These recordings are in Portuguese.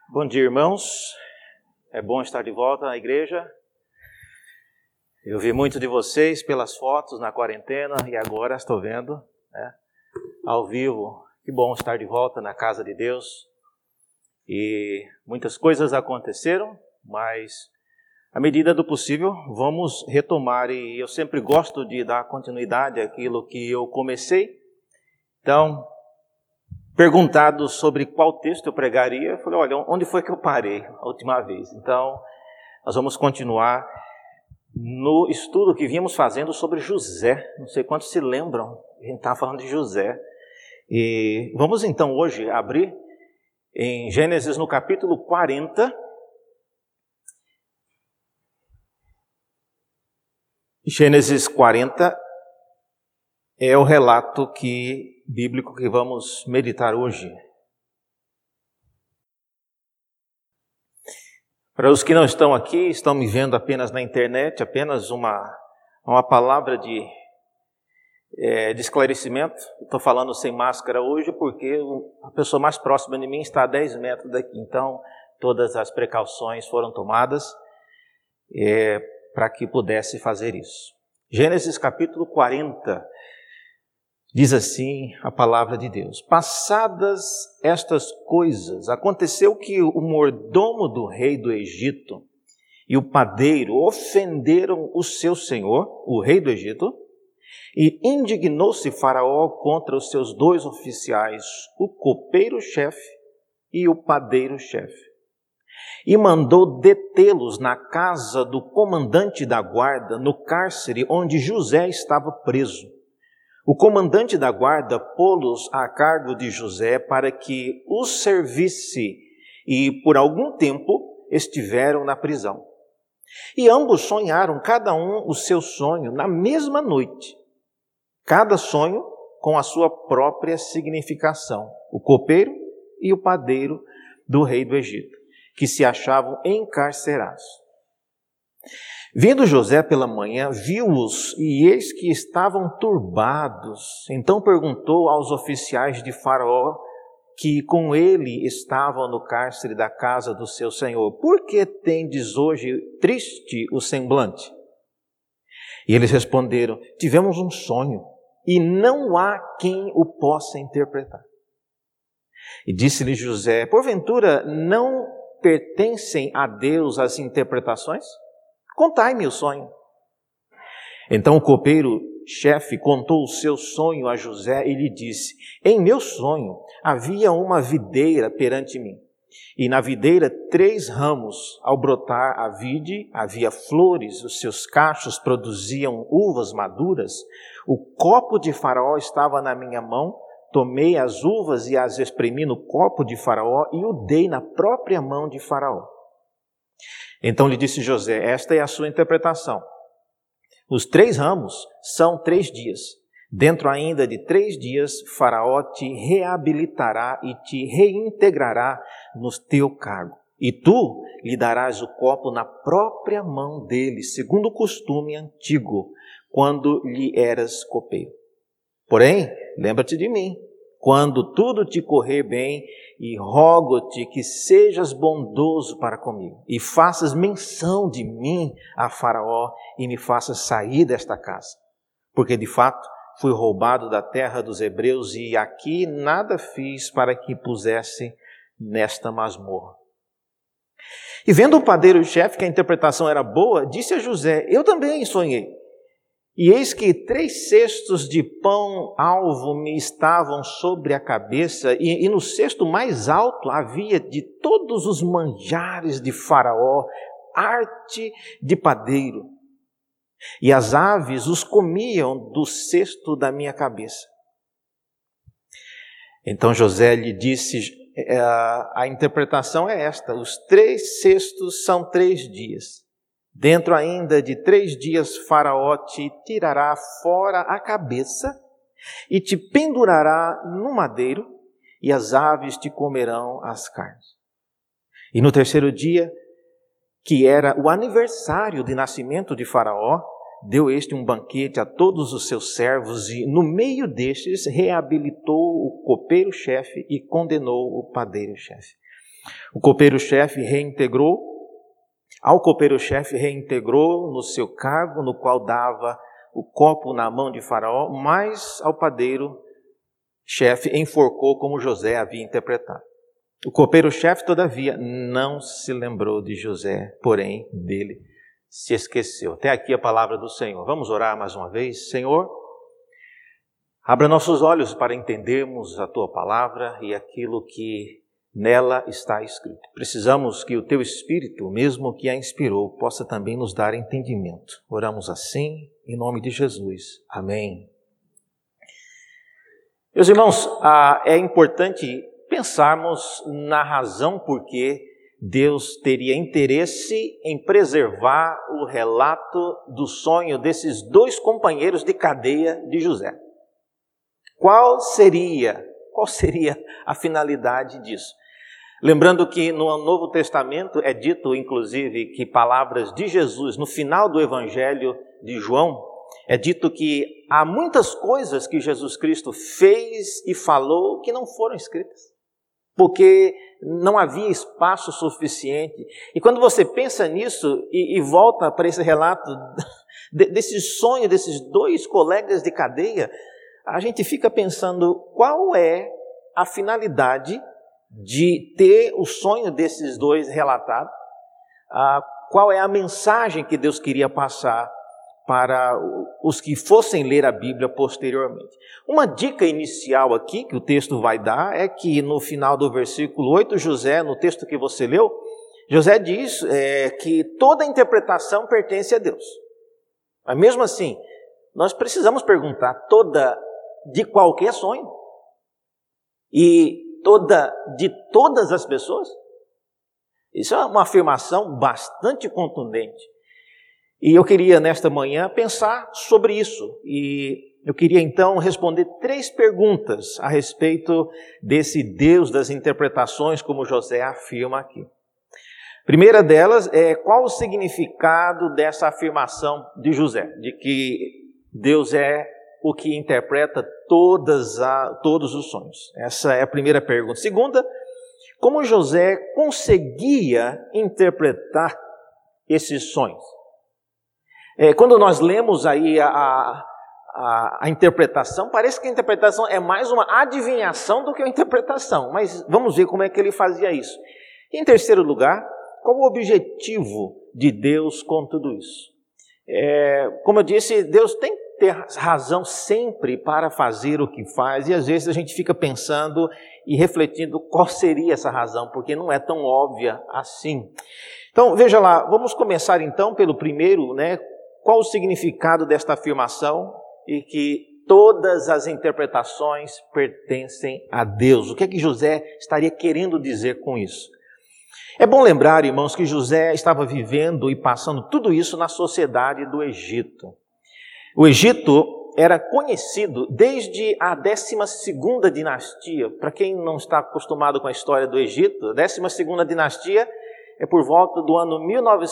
Bom dia, irmãos. É bom estar de volta na igreja. Eu vi muito de vocês pelas fotos na quarentena e agora estou vendo, ao vivo. Que bom estar de volta na casa de Deus. E muitas coisas aconteceram, mas à medida do possível vamos retomar. E eu sempre gosto de dar continuidade àquilo que eu comecei. Então, perguntado sobre qual texto eu pregaria, eu falei, olha, onde foi que eu parei a última vez? Então, nós vamos continuar no estudo que vínhamos fazendo sobre José. Não sei quantos se lembram, a gente estava falando de José. E vamos então hoje abrir em Gênesis no capítulo 40. Gênesis 40 é o relato bíblico que vamos meditar hoje. Para os que não estão aqui, estão me vendo apenas na internet, apenas uma palavra de esclarecimento. Estou falando sem máscara hoje porque a pessoa mais próxima de mim está a 10 metros daqui. Então, todas as precauções foram tomadas para que pudesse fazer isso. Gênesis capítulo 40. Diz assim a palavra de Deus: passadas estas coisas, aconteceu que o mordomo do rei do Egito e o padeiro ofenderam o seu senhor, o rei do Egito, e indignou-se Faraó contra os seus dois oficiais, o copeiro-chefe e o padeiro-chefe, e mandou detê-los na casa do comandante da guarda, no cárcere onde José estava preso. O comandante da guarda pô-los a cargo de José para que os servisse, e por algum tempo estiveram na prisão. E ambos sonharam, cada um o seu sonho, na mesma noite, cada sonho com a sua própria significação, o copeiro e o padeiro do rei do Egito, que se achavam encarcerados. Vindo José pela manhã, viu-os e eis que estavam turbados. Então perguntou aos oficiais de Faraó, que com ele estavam no cárcere da casa do seu senhor: por que tendes hoje triste o semblante? E eles responderam: tivemos um sonho e não há quem o possa interpretar. E disse-lhe José: porventura não pertencem a Deus as interpretações? Contai-me o sonho. Então o copeiro-chefe contou o seu sonho a José e lhe disse: em meu sonho havia uma videira perante mim, e na videira 3 ramos. Ao brotar a vide, havia flores, os seus cachos produziam uvas maduras. O copo de Faraó estava na minha mão, tomei as uvas e as espremi no copo de Faraó e o dei na própria mão de Faraó. Então lhe disse José: esta é a sua interpretação. Os 3 ramos são 3 dias. Dentro ainda de 3 dias, Faraó te reabilitará e te reintegrará no teu cargo. E tu lhe darás o copo na própria mão dele, segundo o costume antigo, quando lhe eras copeiro. Porém, lembra-te de mim, quando tudo te correr bem, e rogo-te que sejas bondoso para comigo, e faças menção de mim a Faraó, e me faças sair desta casa. Porque, de fato, fui roubado da terra dos hebreus, e aqui nada fiz para que pusesse nesta masmorra. E vendo o padeiro-chefe que a interpretação era boa, disse a José: eu também sonhei. E eis que 3 cestos de pão alvo me estavam sobre a cabeça, e no cesto mais alto havia de todos os manjares de Faraó, arte de padeiro. E as aves os comiam do cesto da minha cabeça. Então José lhe disse: a interpretação é esta, os 3 cestos são 3 dias. Dentro ainda de 3 dias, Faraó te tirará fora a cabeça e te pendurará no madeiro, e as aves te comerão as carnes. E no 3º dia, que era o aniversário de nascimento de Faraó, deu este um banquete a todos os seus servos, e no meio destes reabilitou o copeiro-chefe e condenou o padeiro-chefe. Ao copeiro-chefe reintegrou no seu cargo, no qual dava o copo na mão de Faraó, mas ao padeiro-chefe enforcou como José havia interpretado. O copeiro-chefe, todavia, não se lembrou de José, porém dele se esqueceu. Até aqui a palavra do Senhor. Vamos orar mais uma vez. Senhor, abra nossos olhos para entendermos a Tua palavra e aquilo que nela está escrito. Precisamos que o Teu Espírito, mesmo que a inspirou, possa também nos dar entendimento. Oramos assim, em nome de Jesus. Amém. Meus irmãos, é importante pensarmos na razão por que Deus teria interesse em preservar o relato do sonho desses dois companheiros de cadeia de José. Qual seria a finalidade disso? Lembrando que no Novo Testamento é dito, inclusive, que palavras de Jesus, no final do Evangelho de João, é dito que há muitas coisas que Jesus Cristo fez e falou que não foram escritas, porque não havia espaço suficiente. E quando você pensa nisso e volta para esse relato desse sonho desses dois colegas de cadeia, a gente fica pensando qual é a finalidade de ter o sonho desses dois relatado, qual é a mensagem que Deus queria passar para os que fossem ler a Bíblia posteriormente. Uma dica inicial aqui que o texto vai dar é que no final do versículo 8, José, no texto que você leu, José diz que toda interpretação pertence a Deus. Mas mesmo assim, nós precisamos perguntar de qualquer sonho? E de todas as pessoas? Isso é uma afirmação bastante contundente. E eu queria, nesta manhã, pensar sobre isso. E eu queria, então, responder 3 perguntas a respeito desse Deus das interpretações, como José afirma aqui. Primeira delas é qual o significado dessa afirmação de José, de que Deus é o que interpreta todos os sonhos. Essa é a primeira pergunta. Segunda, como José conseguia interpretar esses sonhos? Quando nós lemos aí a interpretação, parece que a interpretação é mais uma adivinhação do que uma interpretação, mas vamos ver como é que ele fazia isso. Em terceiro lugar, qual o objetivo de Deus com tudo isso? Como eu disse, Deus tem que ter razão sempre para fazer o que faz, e às vezes a gente fica pensando e refletindo qual seria essa razão, porque não é tão óbvia assim. Então, veja lá, vamos começar então pelo primeiro, qual o significado desta afirmação e que todas as interpretações pertencem a Deus? O que é que José estaria querendo dizer com isso? É bom lembrar, irmãos, que José estava vivendo e passando tudo isso na sociedade do Egito. O Egito era conhecido desde a 12ª dinastia. Para quem não está acostumado com a história do Egito, a 12ª dinastia é por volta do ano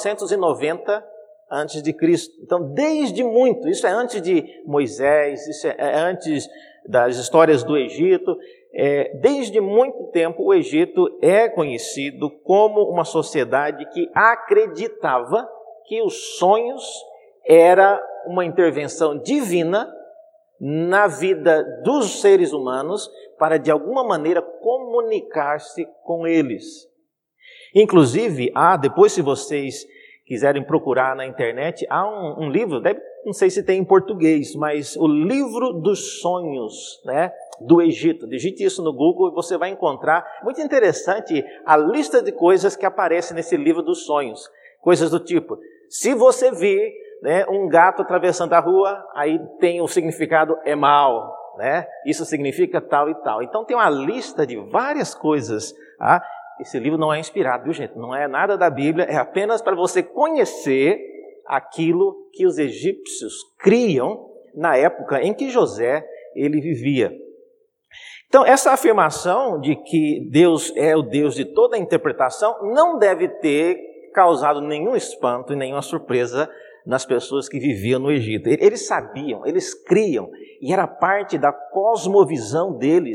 1990 antes de Cristo. Então, desde muito, isso é antes de Moisés, isso é antes das histórias do Egito, desde muito tempo o Egito é conhecido como uma sociedade que acreditava que os sonhos era uma intervenção divina na vida dos seres humanos para, de alguma maneira, comunicar-se com eles. Inclusive, depois se vocês quiserem procurar na internet, há um livro, não sei se tem em português, mas o Livro dos Sonhos, do Egito. Digite isso no Google e você vai encontrar, muito interessante, a lista de coisas que aparece nesse Livro dos Sonhos. Coisas do tipo, se você vir um gato atravessando a rua, aí tem o significado é mal, isso significa tal e tal. Então tem uma lista de várias coisas. Esse livro não é inspirado, viu, gente? Não é nada da Bíblia, é apenas para você conhecer aquilo que os egípcios criam na época em que José ele vivia. Então, essa afirmação de que Deus é o Deus de toda a interpretação não deve ter causado nenhum espanto e nenhuma surpresa nas pessoas que viviam no Egito. Eles sabiam, eles criam, e era parte da cosmovisão deles,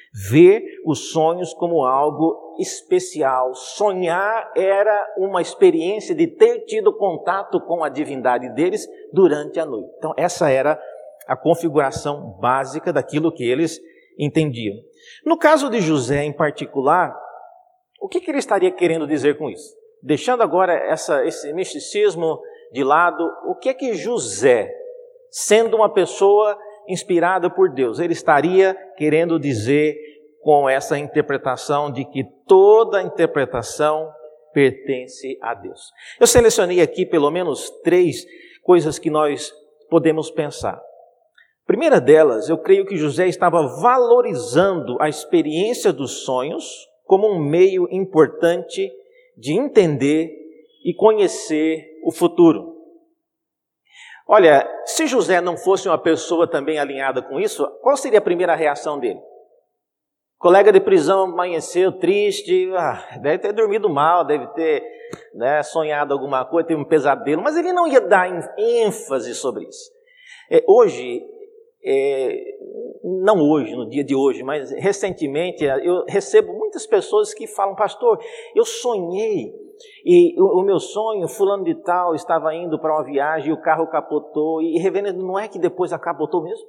ver os sonhos como algo especial. Sonhar era uma experiência de ter tido contato com a divindade deles durante a noite. Então, essa era a configuração básica daquilo que eles entendiam. No caso de José em particular, o que ele estaria querendo dizer com isso? Deixando agora esse misticismo de lado, o que é que José, sendo uma pessoa inspirada por Deus, ele estaria querendo dizer com essa interpretação de que toda interpretação pertence a Deus? Eu selecionei aqui pelo menos 3 coisas que nós podemos pensar. A primeira delas, eu creio que José estava valorizando a experiência dos sonhos como um meio importante de entender e conhecer o futuro. Olha, se José não fosse uma pessoa também alinhada com isso, qual seria a primeira reação dele? Colega de prisão amanheceu triste, deve ter dormido mal, deve ter sonhado alguma coisa, teve um pesadelo, mas ele não ia dar ênfase sobre isso. Hoje, não hoje, no dia de hoje, mas recentemente, eu recebo muitas pessoas que falam: pastor, eu sonhei, e o meu sonho, fulano de tal, estava indo para uma viagem e o carro capotou, e reverendo, não é que depois capotou mesmo?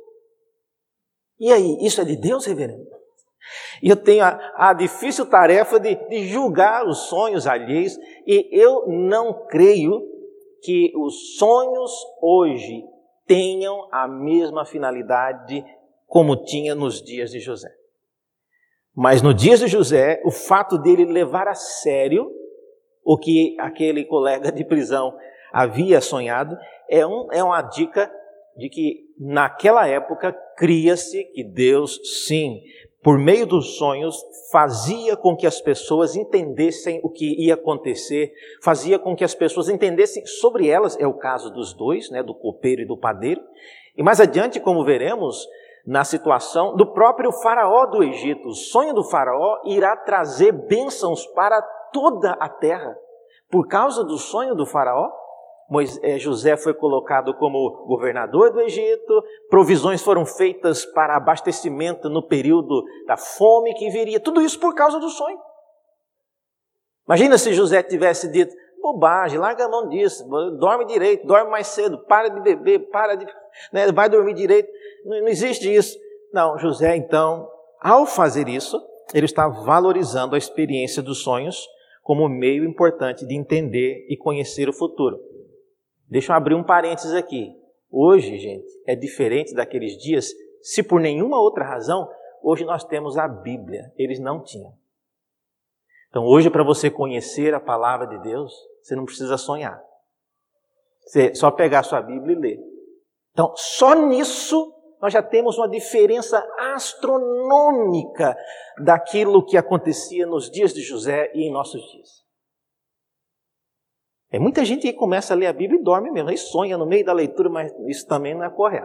E aí, isso é de Deus, reverendo? E eu tenho a difícil tarefa de julgar os sonhos alheios, e eu não creio que os sonhos hoje tenham a mesma finalidade como tinha nos dias de José. Mas nos dias de José, o fato dele levar a sério o que aquele colega de prisão havia sonhado é uma dica de que naquela época cria-se que Deus, sim, por meio dos sonhos, fazia com que as pessoas entendessem o que ia acontecer, fazia com que as pessoas entendessem sobre elas, é o caso dos dois, do copeiro e do padeiro, e mais adiante, como veremos, na situação do próprio faraó do Egito. O sonho do faraó irá trazer bênçãos para toda a terra. Por causa do sonho do faraó, José foi colocado como governador do Egito, provisões foram feitas para abastecimento no período da fome que viria, tudo isso por causa do sonho. Imagina se José tivesse dito: bobagem, larga a mão disso, dorme direito, dorme mais cedo, para de beber, vai dormir direito, não existe isso. Não, José então, ao fazer isso, ele está valorizando a experiência dos sonhos como meio importante de entender e conhecer o futuro. Deixa eu abrir um parênteses aqui. Hoje, gente, é diferente daqueles dias. Se por nenhuma outra razão, hoje nós temos a Bíblia. Eles não tinham. Então, hoje, para você conhecer a palavra de Deus, você não precisa sonhar. Você só pegar a sua Bíblia e ler. Então, só nisso, nós já temos uma diferença astronômica daquilo que acontecia nos dias de José e em nossos dias. Muita gente que começa a ler a Bíblia e dorme mesmo, aí sonha no meio da leitura, mas isso também não é correto.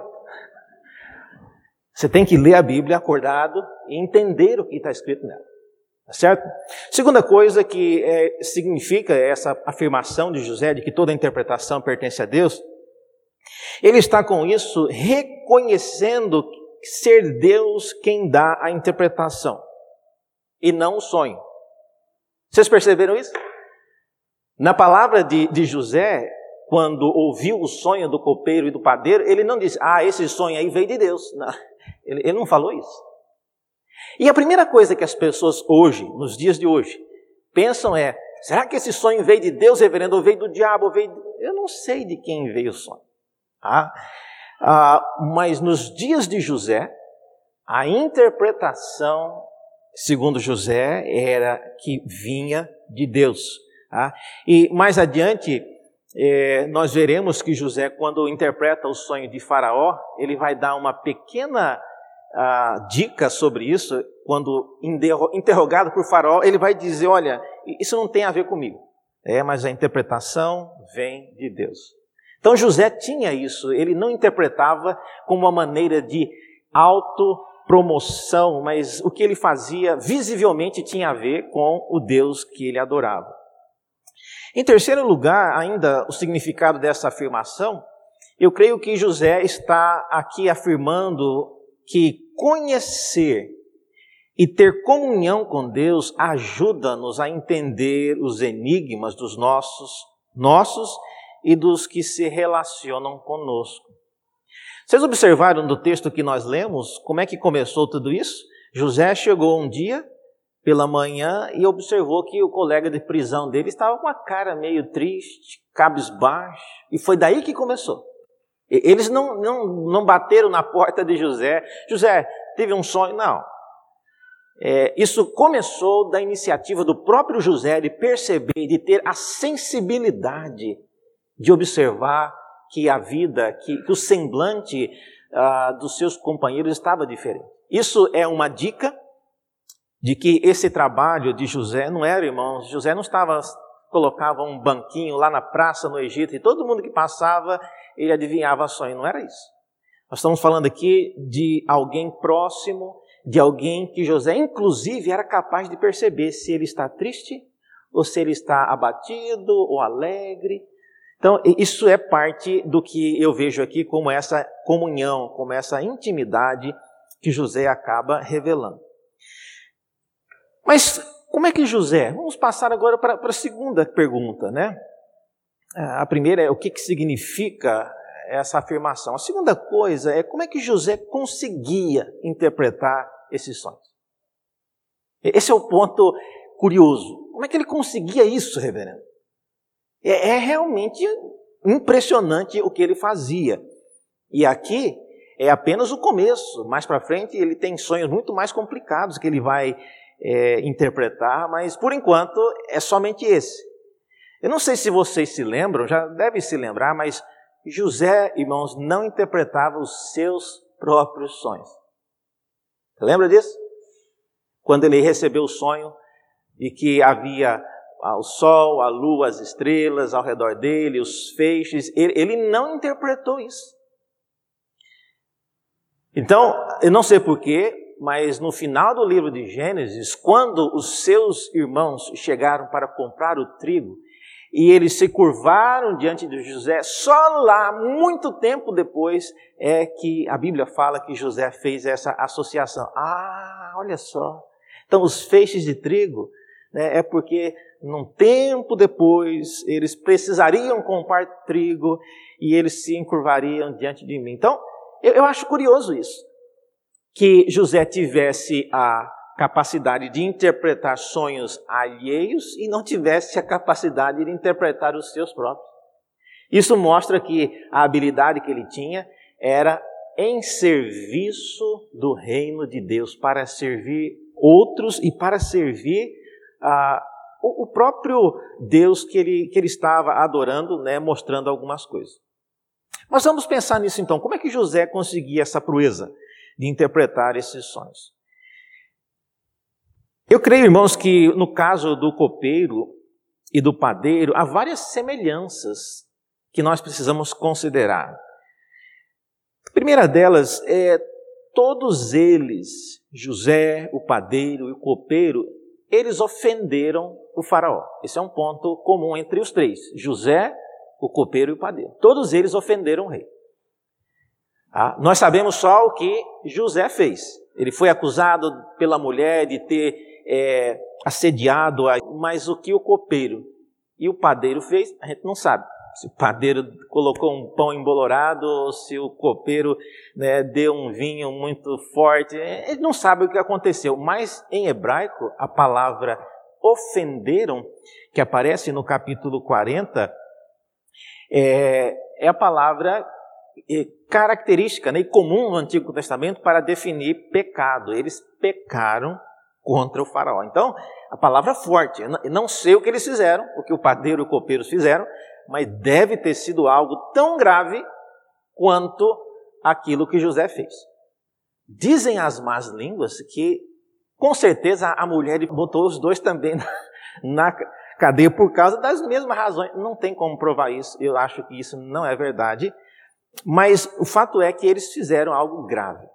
Você tem que ler a Bíblia acordado e entender o que está escrito nela. Tá certo? Segunda coisa que significa essa afirmação de José de que toda interpretação pertence a Deus, ele está com isso reconhecendo ser Deus quem dá a interpretação e não o sonho. Vocês perceberam isso? Na palavra de José, quando ouviu o sonho do copeiro e do padeiro, ele não disse: esse sonho aí veio de Deus. Não, ele não falou isso. E a primeira coisa que as pessoas hoje, nos dias de hoje, pensam é: será que esse sonho veio de Deus, reverendo, ou veio do diabo? Eu não sei de quem veio o sonho. Mas nos dias de José, a interpretação, segundo José, era que vinha de Deus. E mais adiante, nós veremos que José, quando interpreta o sonho de Faraó, ele vai dar uma pequena dica sobre isso. Quando interrogado por Faraó, ele vai dizer: olha, isso não tem a ver comigo. Mas a interpretação vem de Deus. Então José tinha isso, ele não interpretava como uma maneira de autopromoção, mas o que ele fazia visivelmente tinha a ver com o Deus que ele adorava. Em terceiro lugar, ainda o significado dessa afirmação, eu creio que José está aqui afirmando que conhecer E ter comunhão com Deus ajuda-nos a entender os enigmas dos nossos e dos que se relacionam conosco. Vocês observaram no texto que nós lemos como é que começou tudo isso? José chegou um dia pela manhã e observou que o colega de prisão dele estava com a cara meio triste, cabisbaixo, e foi daí que começou. Eles não bateram na porta de José. José, teve um sonho? Não. Isso começou da iniciativa do próprio José de perceber, de ter a sensibilidade de observar que a vida, que o semblante dos seus companheiros estava diferente. Isso é uma dica de que esse trabalho de José não era, irmãos, José não colocava um banquinho lá na praça no Egito e todo mundo que passava, ele adivinhava sonho, não era isso. Nós estamos falando aqui de alguém próximo, de alguém que José, inclusive, era capaz de perceber se ele está triste, ou se ele está abatido, ou alegre. Então, isso é parte do que eu vejo aqui como essa comunhão, como essa intimidade que José acaba revelando. Mas como é que José... Vamos passar agora para a segunda pergunta, né? A primeira é o que significa essa afirmação. A segunda coisa é como é que José conseguia interpretar esses sonhos. Esse é o ponto curioso. Como é que ele conseguia isso, reverendo? É realmente impressionante o que ele fazia. E aqui é apenas o começo. Mais para frente ele tem sonhos muito mais complicados que ele vai interpretar, mas por enquanto é somente esse. Eu não sei se vocês se lembram, já devem se lembrar, mas José, irmãos, não interpretava os seus próprios sonhos. Você lembra disso? Quando ele recebeu o sonho de que havia o sol, a lua, as estrelas ao redor dele, os feixes, ele não interpretou isso. Então, eu não sei porquê, mas no final do livro de Gênesis, quando os seus irmãos chegaram para comprar o trigo, e eles se curvaram diante de José, só lá, muito tempo depois, é que a Bíblia fala que José fez essa associação. Olha só. Então, os feixes de trigo, né, é porque num tempo depois, eles precisariam comprar trigo e eles se encurvariam diante de mim. Então, eu acho curioso isso, que José tivesse a capacidade de interpretar sonhos alheios e não tivesse a capacidade de interpretar os seus próprios. Isso mostra que a habilidade que ele tinha era em serviço do reino de Deus, para servir outros e para servir o próprio Deus que ele estava adorando, né, mostrando algumas coisas. Mas vamos pensar nisso então. Como é que José conseguia essa proeza de interpretar esses sonhos? Eu creio, irmãos, que no caso do copeiro e do padeiro, há várias semelhanças que nós precisamos considerar. A primeira delas é todos eles, José, o padeiro e o copeiro, eles ofenderam o faraó. Esse é um ponto comum entre os três, José, o copeiro e o padeiro. Todos eles ofenderam o rei. Nós sabemos só o que José fez. Ele foi acusado pela mulher de ter assediado, mas o que o copeiro e o padeiro fez, a gente não sabe. Se o padeiro colocou um pão embolorado ou se o copeiro, né, deu um vinho muito forte, ele não sabe o que aconteceu. Mas em hebraico, a palavra ofenderam, que aparece no capítulo 40, é a palavra característica, né, e comum no Antigo Testamento para definir pecado. Eles pecaram contra o faraó. Então, a palavra forte. Eu não sei o que eles fizeram, o que o padeiro e o copeiro fizeram, mas deve ter sido algo tão grave quanto aquilo que José fez. Dizem as más línguas que, com certeza, a mulher botou os dois também na cadeia por causa das mesmas razões. Não tem como provar isso. Eu acho que isso não é verdade. Mas o fato é que eles fizeram algo grave.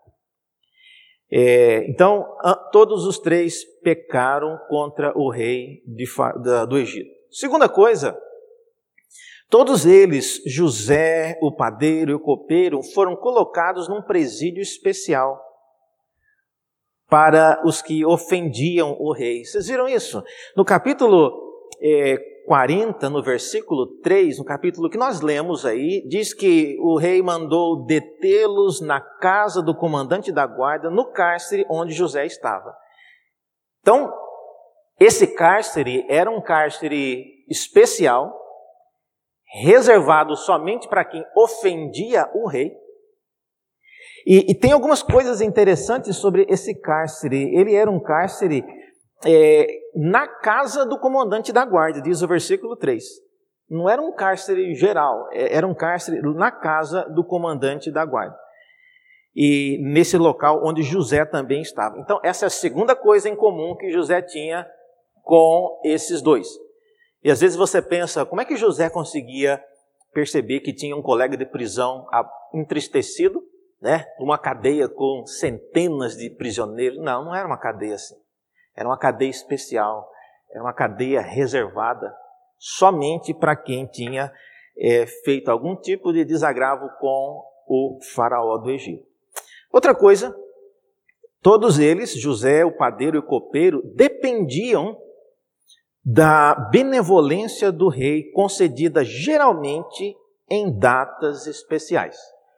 Então, todos os três pecaram contra o rei do Egito. Segunda coisa, todos eles, José, o padeiro e o copeiro, foram colocados num presídio especial. para os que ofendiam o rei. Vocês viram isso? No capítulo 40, no versículo 3, no capítulo que nós lemos aí, diz que o rei mandou detê-los na casa do comandante da guarda, no cárcere onde José estava. Então, esse cárcere era um cárcere especial, reservado somente para quem ofendia o rei. E tem algumas coisas interessantes sobre esse cárcere. Ele era um cárcere na casa do comandante da guarda, diz o versículo 3. Não era um cárcere geral, era um cárcere na casa do comandante da guarda. E nesse local onde José também estava. Então, essa é a segunda coisa em comum que José tinha com esses dois. E às vezes você pensa, como é que José conseguia perceber que tinha um colega de prisão entristecido, né? Uma cadeia com centenas de prisioneiros? Não, não era uma cadeia assim. Era uma cadeia especial, era uma cadeia reservada somente para quem tinha feito algum tipo de desagravo com o faraó do Egito. Outra coisa, todos eles, José, o padeiro e o copeiro, dependiam da benevolência do rei, concedida geralmente em datas especiais.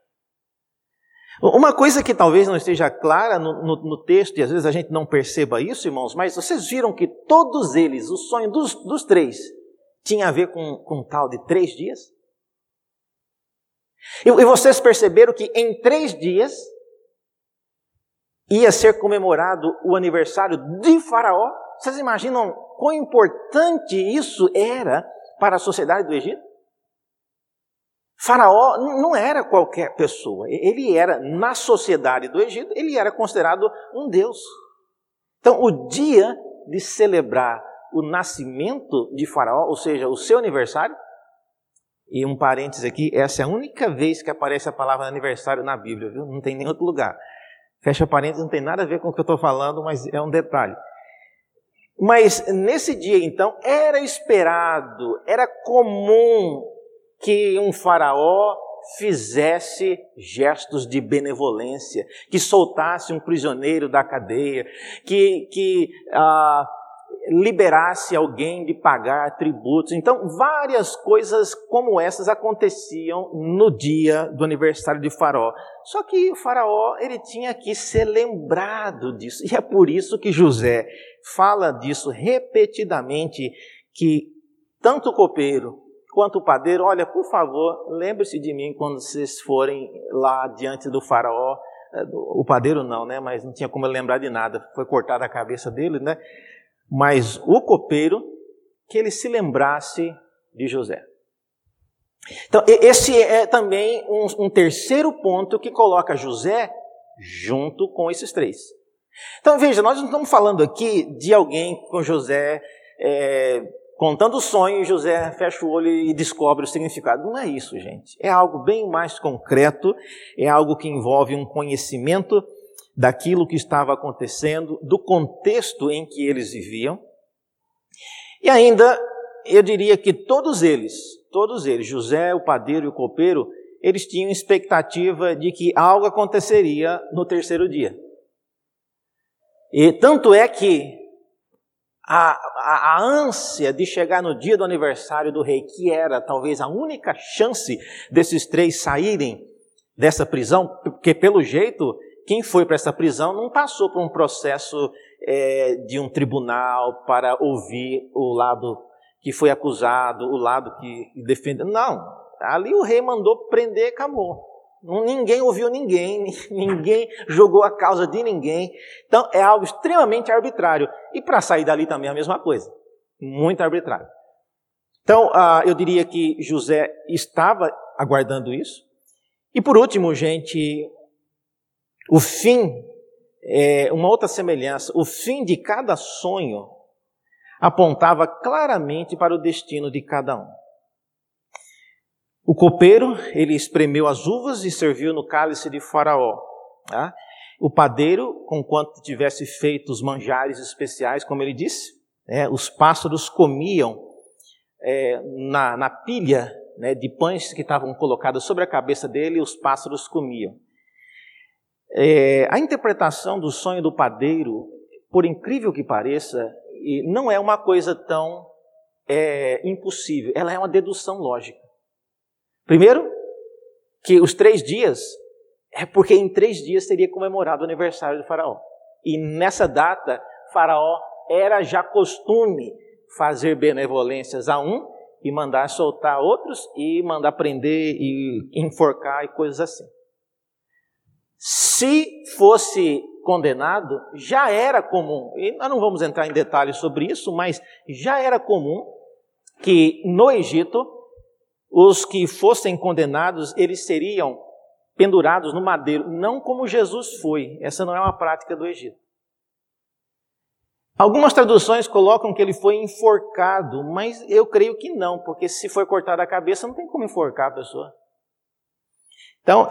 Uma coisa que talvez não esteja clara no texto, e às vezes a gente não perceba isso, irmãos, mas vocês viram que todos eles, o sonho dos três, tinha a ver com um tal de 3 dias? E vocês perceberam que em 3 dias ia ser comemorado o aniversário de Faraó? Vocês imaginam quão importante isso era para a sociedade do Egito? Faraó não era qualquer pessoa, ele era, na sociedade do Egito, ele era considerado um deus. Então, o dia de celebrar o nascimento de Faraó, ou seja, o seu aniversário, e um parênteses aqui, essa é a única vez que aparece a palavra aniversário na Bíblia, viu? Não tem em nenhum outro lugar. Fecha parênteses, não tem nada a ver com o que eu estou falando, mas é um detalhe. Mas nesse dia, então, era esperado, era comum que um faraó fizesse gestos de benevolência, que soltasse um prisioneiro da cadeia, que liberasse alguém de pagar tributos. Então, várias coisas como essas aconteciam no dia do aniversário de Faraó. Só que o Faraó, ele tinha que ser lembrado disso. E é por isso que José fala disso repetidamente, que tanto o copeiro quanto o padeiro, olha, por favor, lembre-se de mim quando vocês forem lá diante do Faraó. O padeiro não, né? Mas não tinha como ele lembrar de nada. Foi cortada a cabeça dele, né? Mas o copeiro, que ele se lembrasse de José. Então, esse é também um terceiro ponto que coloca José junto com esses três. Então, veja, nós não estamos falando aqui de alguém com José contando o sonho, José fecha o olho e descobre o significado. Não é isso, gente. É algo bem mais concreto, é algo que envolve um conhecimento daquilo que estava acontecendo, do contexto em que eles viviam. E ainda, eu diria que todos eles, José, o padeiro e o copeiro, eles tinham expectativa de que algo aconteceria no terceiro dia. E tanto é que a ânsia de chegar no dia do aniversário do rei, que era talvez a única chance desses três saírem dessa prisão, porque pelo jeito, quem foi para essa prisão não passou por um processo de um tribunal para ouvir o lado que foi acusado, o lado que defendeu. Não, ali o rei mandou prender e acabou. Ninguém ouviu ninguém jogou a causa de ninguém. Então é algo extremamente arbitrário. E para sair dali também é a mesma coisa. Muito arbitrário. Então eu diria que José estava aguardando isso. E por último, gente, o fim, uma outra semelhança, o fim de cada sonho apontava claramente para o destino de cada um. O copeiro, ele espremeu as uvas e serviu no cálice de Faraó. Tá? O padeiro, conquanto tivesse feito os manjares especiais, como ele disse, os pássaros comiam na pilha de pães que estavam colocados sobre a cabeça dele, os pássaros comiam. A interpretação do sonho do padeiro, por incrível que pareça, não é uma coisa tão impossível. Ela é uma dedução lógica. Primeiro, que os 3 dias é porque em 3 dias seria comemorado o aniversário do faraó. E nessa data, faraó era já costume fazer benevolências a um e mandar soltar outros e mandar prender e enforcar e coisas assim. Se fosse condenado, já era comum, e nós não vamos entrar em detalhes sobre isso, mas já era comum que no Egito, os que fossem condenados, eles seriam pendurados no madeiro, não como Jesus foi. Essa não é uma prática do Egito. Algumas traduções colocam que ele foi enforcado, mas eu creio que não, porque se for cortada a cabeça, não tem como enforcar a pessoa. Então,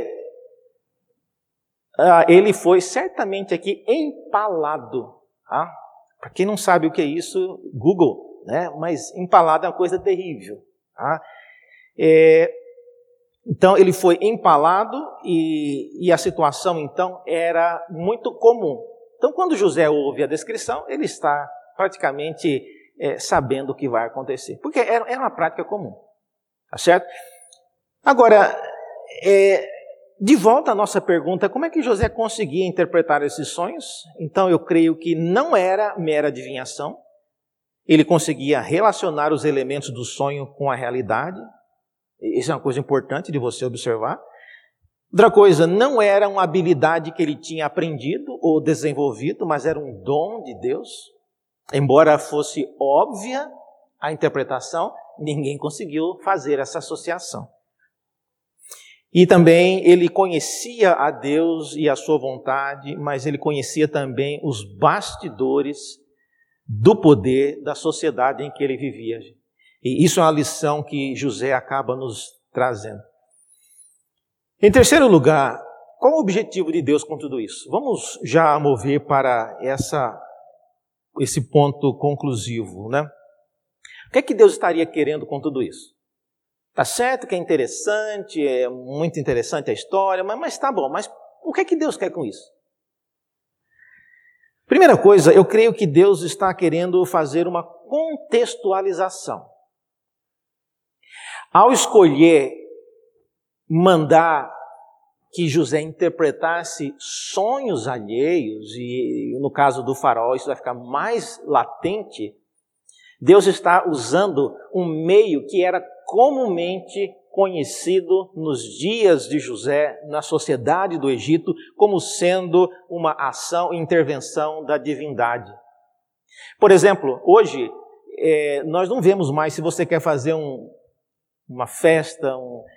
ele foi certamente aqui empalado. Tá? Para quem não sabe o que é isso, Google, né? Mas empalado é uma coisa terrível. Tá? Então, ele foi empalado e a situação, então, era muito comum. Então, quando José ouve a descrição, ele está praticamente sabendo o que vai acontecer. Porque era uma prática comum. Tá certo? Agora, de volta à nossa pergunta, como é que José conseguia interpretar esses sonhos? Então, eu creio que não era mera adivinhação. Ele conseguia relacionar os elementos do sonho com a realidade. Isso é uma coisa importante de você observar. Outra coisa, não era uma habilidade que ele tinha aprendido ou desenvolvido, mas era um dom de Deus. Embora fosse óbvia a interpretação, ninguém conseguiu fazer essa associação. E também ele conhecia a Deus e a sua vontade, mas ele conhecia também os bastidores do poder da sociedade em que ele vivia. E isso é uma lição que José acaba nos trazendo. Em terceiro lugar, qual o objetivo de Deus com tudo isso? Vamos já mover para esse ponto conclusivo, né? O que é que Deus estaria querendo com tudo isso? Tá certo que é interessante, é muito interessante a história, mas tá bom, mas o que é que Deus quer com isso? Primeira coisa, eu creio que Deus está querendo fazer uma contextualização. Ao escolher mandar que José interpretasse sonhos alheios, e no caso do faraó isso vai ficar mais latente, Deus está usando um meio que era comumente conhecido nos dias de José, na sociedade do Egito, como sendo uma ação e intervenção da divindade. Por exemplo, hoje, nós não vemos mais, se você quer fazer uma festa,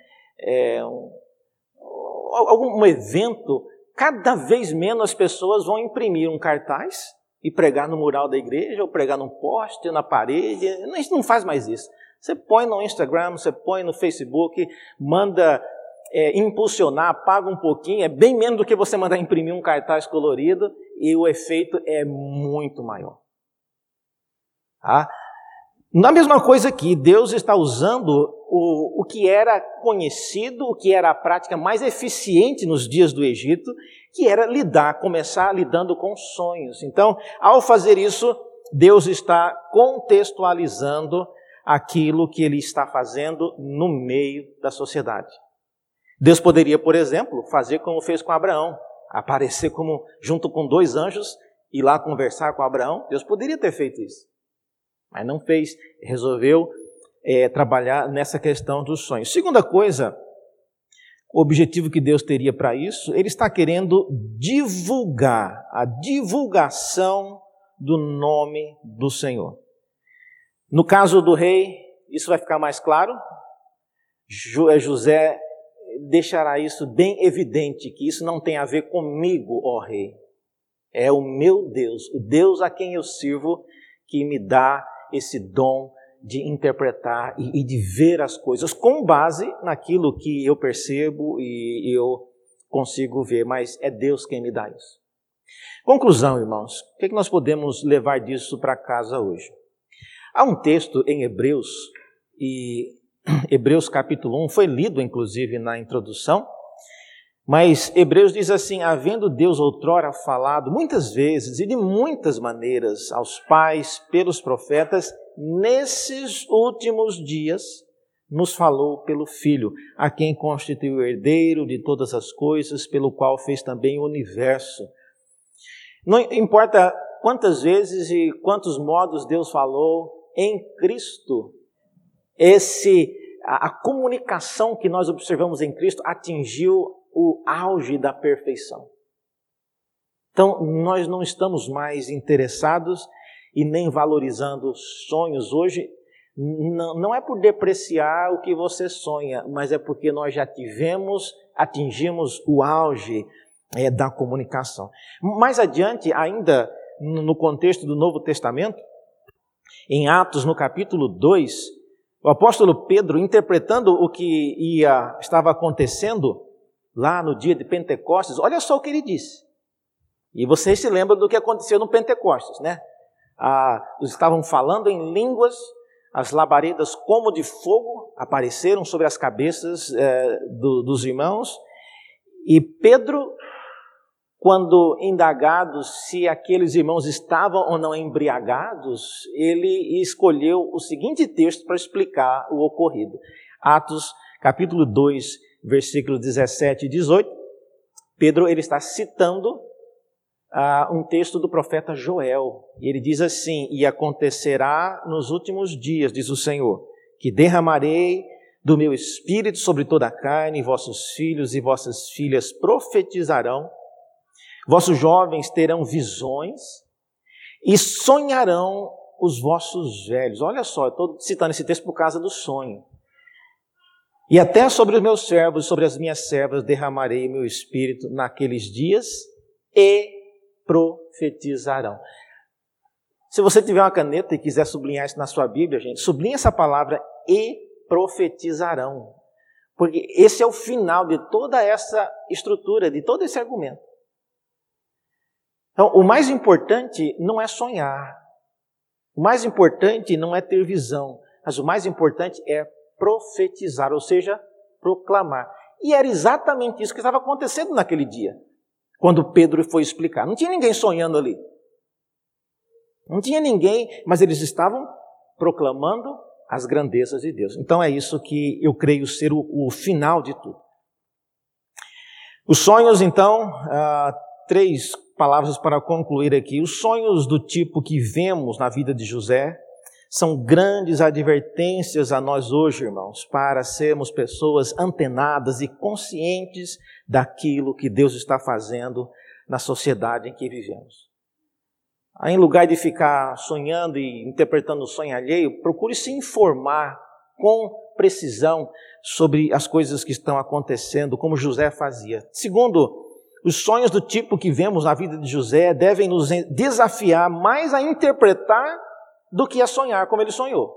algum evento, cada vez menos as pessoas vão imprimir um cartaz e pregar no mural da igreja, ou pregar num poste, na parede. A gente não faz mais isso. Você põe no Instagram, você põe no Facebook, manda impulsionar, paga um pouquinho, é bem menos do que você mandar imprimir um cartaz colorido, e o efeito é muito maior. Tá? Na mesma coisa aqui, Deus está usando o que era conhecido, o que era a prática mais eficiente nos dias do Egito, que era começar lidando com sonhos. Então, ao fazer isso, Deus está contextualizando aquilo que ele está fazendo no meio da sociedade. Deus poderia, por exemplo, fazer como fez com Abraão, aparecer junto com 2 anjos, ir lá conversar com Abraão. Deus poderia ter feito isso, mas não fez, resolveu trabalhar nessa questão dos sonhos. Segunda coisa, o objetivo que Deus teria para isso, ele está querendo divulgar, a divulgação do nome do Senhor. No caso do rei, isso vai ficar mais claro. José deixará isso bem evidente, que isso não tem a ver comigo, ó rei. É o meu Deus, o Deus a quem eu sirvo, que me dá esse dom de interpretar e de ver as coisas com base naquilo que eu percebo e eu consigo ver, mas é Deus quem me dá isso. Conclusão, irmãos, o que nós podemos levar disso para casa hoje? Há um texto em Hebreus, e Hebreus capítulo 1, foi lido inclusive na introdução, Mas Hebreus diz assim: havendo Deus outrora falado muitas vezes e de muitas maneiras aos pais pelos profetas, nesses últimos dias nos falou pelo Filho, a quem constituiu o herdeiro de todas as coisas, pelo qual fez também o universo. Não importa quantas vezes e quantos modos Deus falou, em Cristo, a comunicação que nós observamos em Cristo atingiu o auge da perfeição. Então, nós não estamos mais interessados e nem valorizando sonhos hoje. Não é por depreciar o que você sonha, mas é porque nós já atingimos o auge da comunicação. Mais adiante, ainda no contexto do Novo Testamento, em Atos, no capítulo 2, o apóstolo Pedro, interpretando o que estava acontecendo lá no dia de Pentecostes, olha só o que ele disse. E vocês se lembram do que aconteceu no Pentecostes, né? Eles estavam falando em línguas, as labaredas como de fogo apareceram sobre as cabeças dos irmãos, e Pedro, quando indagado se aqueles irmãos estavam ou não embriagados, ele escolheu o seguinte texto para explicar o ocorrido. Atos, capítulo 2, versículos 17 e 18, Pedro ele está citando um texto do profeta Joel. E ele diz assim: e acontecerá nos últimos dias, diz o Senhor, que derramarei do meu espírito sobre toda a carne, e vossos filhos e vossas filhas profetizarão, vossos jovens terão visões e sonharão os vossos velhos. Olha só, eu estou citando esse texto por causa do sonho. E até sobre os meus servos, sobre as minhas servas, derramarei meu espírito naqueles dias e profetizarão. Se você tiver uma caneta e quiser sublinhar isso na sua Bíblia, gente, sublinhe essa palavra e profetizarão. Porque esse é o final de toda essa estrutura, de todo esse argumento. Então, o mais importante não é sonhar. O mais importante não é ter visão. Mas o mais importante é profetizar, ou seja, proclamar. E era exatamente isso que estava acontecendo naquele dia, quando Pedro foi explicar. Não tinha ninguém sonhando ali. Não tinha ninguém, mas eles estavam proclamando as grandezas de Deus. Então é isso que eu creio ser o final de tudo. Os sonhos, então, 3 palavras para concluir aqui. Os sonhos do tipo que vemos na vida de José são grandes advertências a nós hoje, irmãos, para sermos pessoas antenadas e conscientes daquilo que Deus está fazendo na sociedade em que vivemos. Em lugar de ficar sonhando e interpretando o sonho alheio, procure se informar com precisão sobre as coisas que estão acontecendo, como José fazia. Segundo, os sonhos do tipo que vemos na vida de José devem nos desafiar mais a interpretar do que a sonhar como ele sonhou.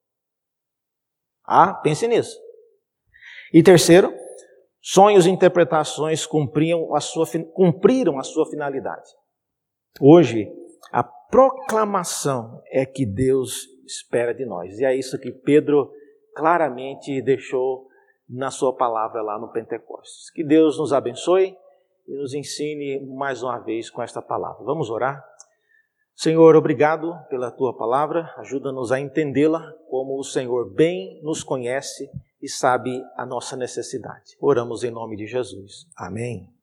Pense nisso. E terceiro, sonhos e interpretações cumpriram a sua finalidade. Hoje, a proclamação é que Deus espera de nós. E é isso que Pedro claramente deixou na sua palavra lá no Pentecostes. Que Deus nos abençoe e nos ensine mais uma vez com esta palavra. Vamos orar? Senhor, obrigado pela Tua palavra, ajuda-nos a entendê-la como o Senhor bem nos conhece e sabe a nossa necessidade. Oramos em nome de Jesus. Amém.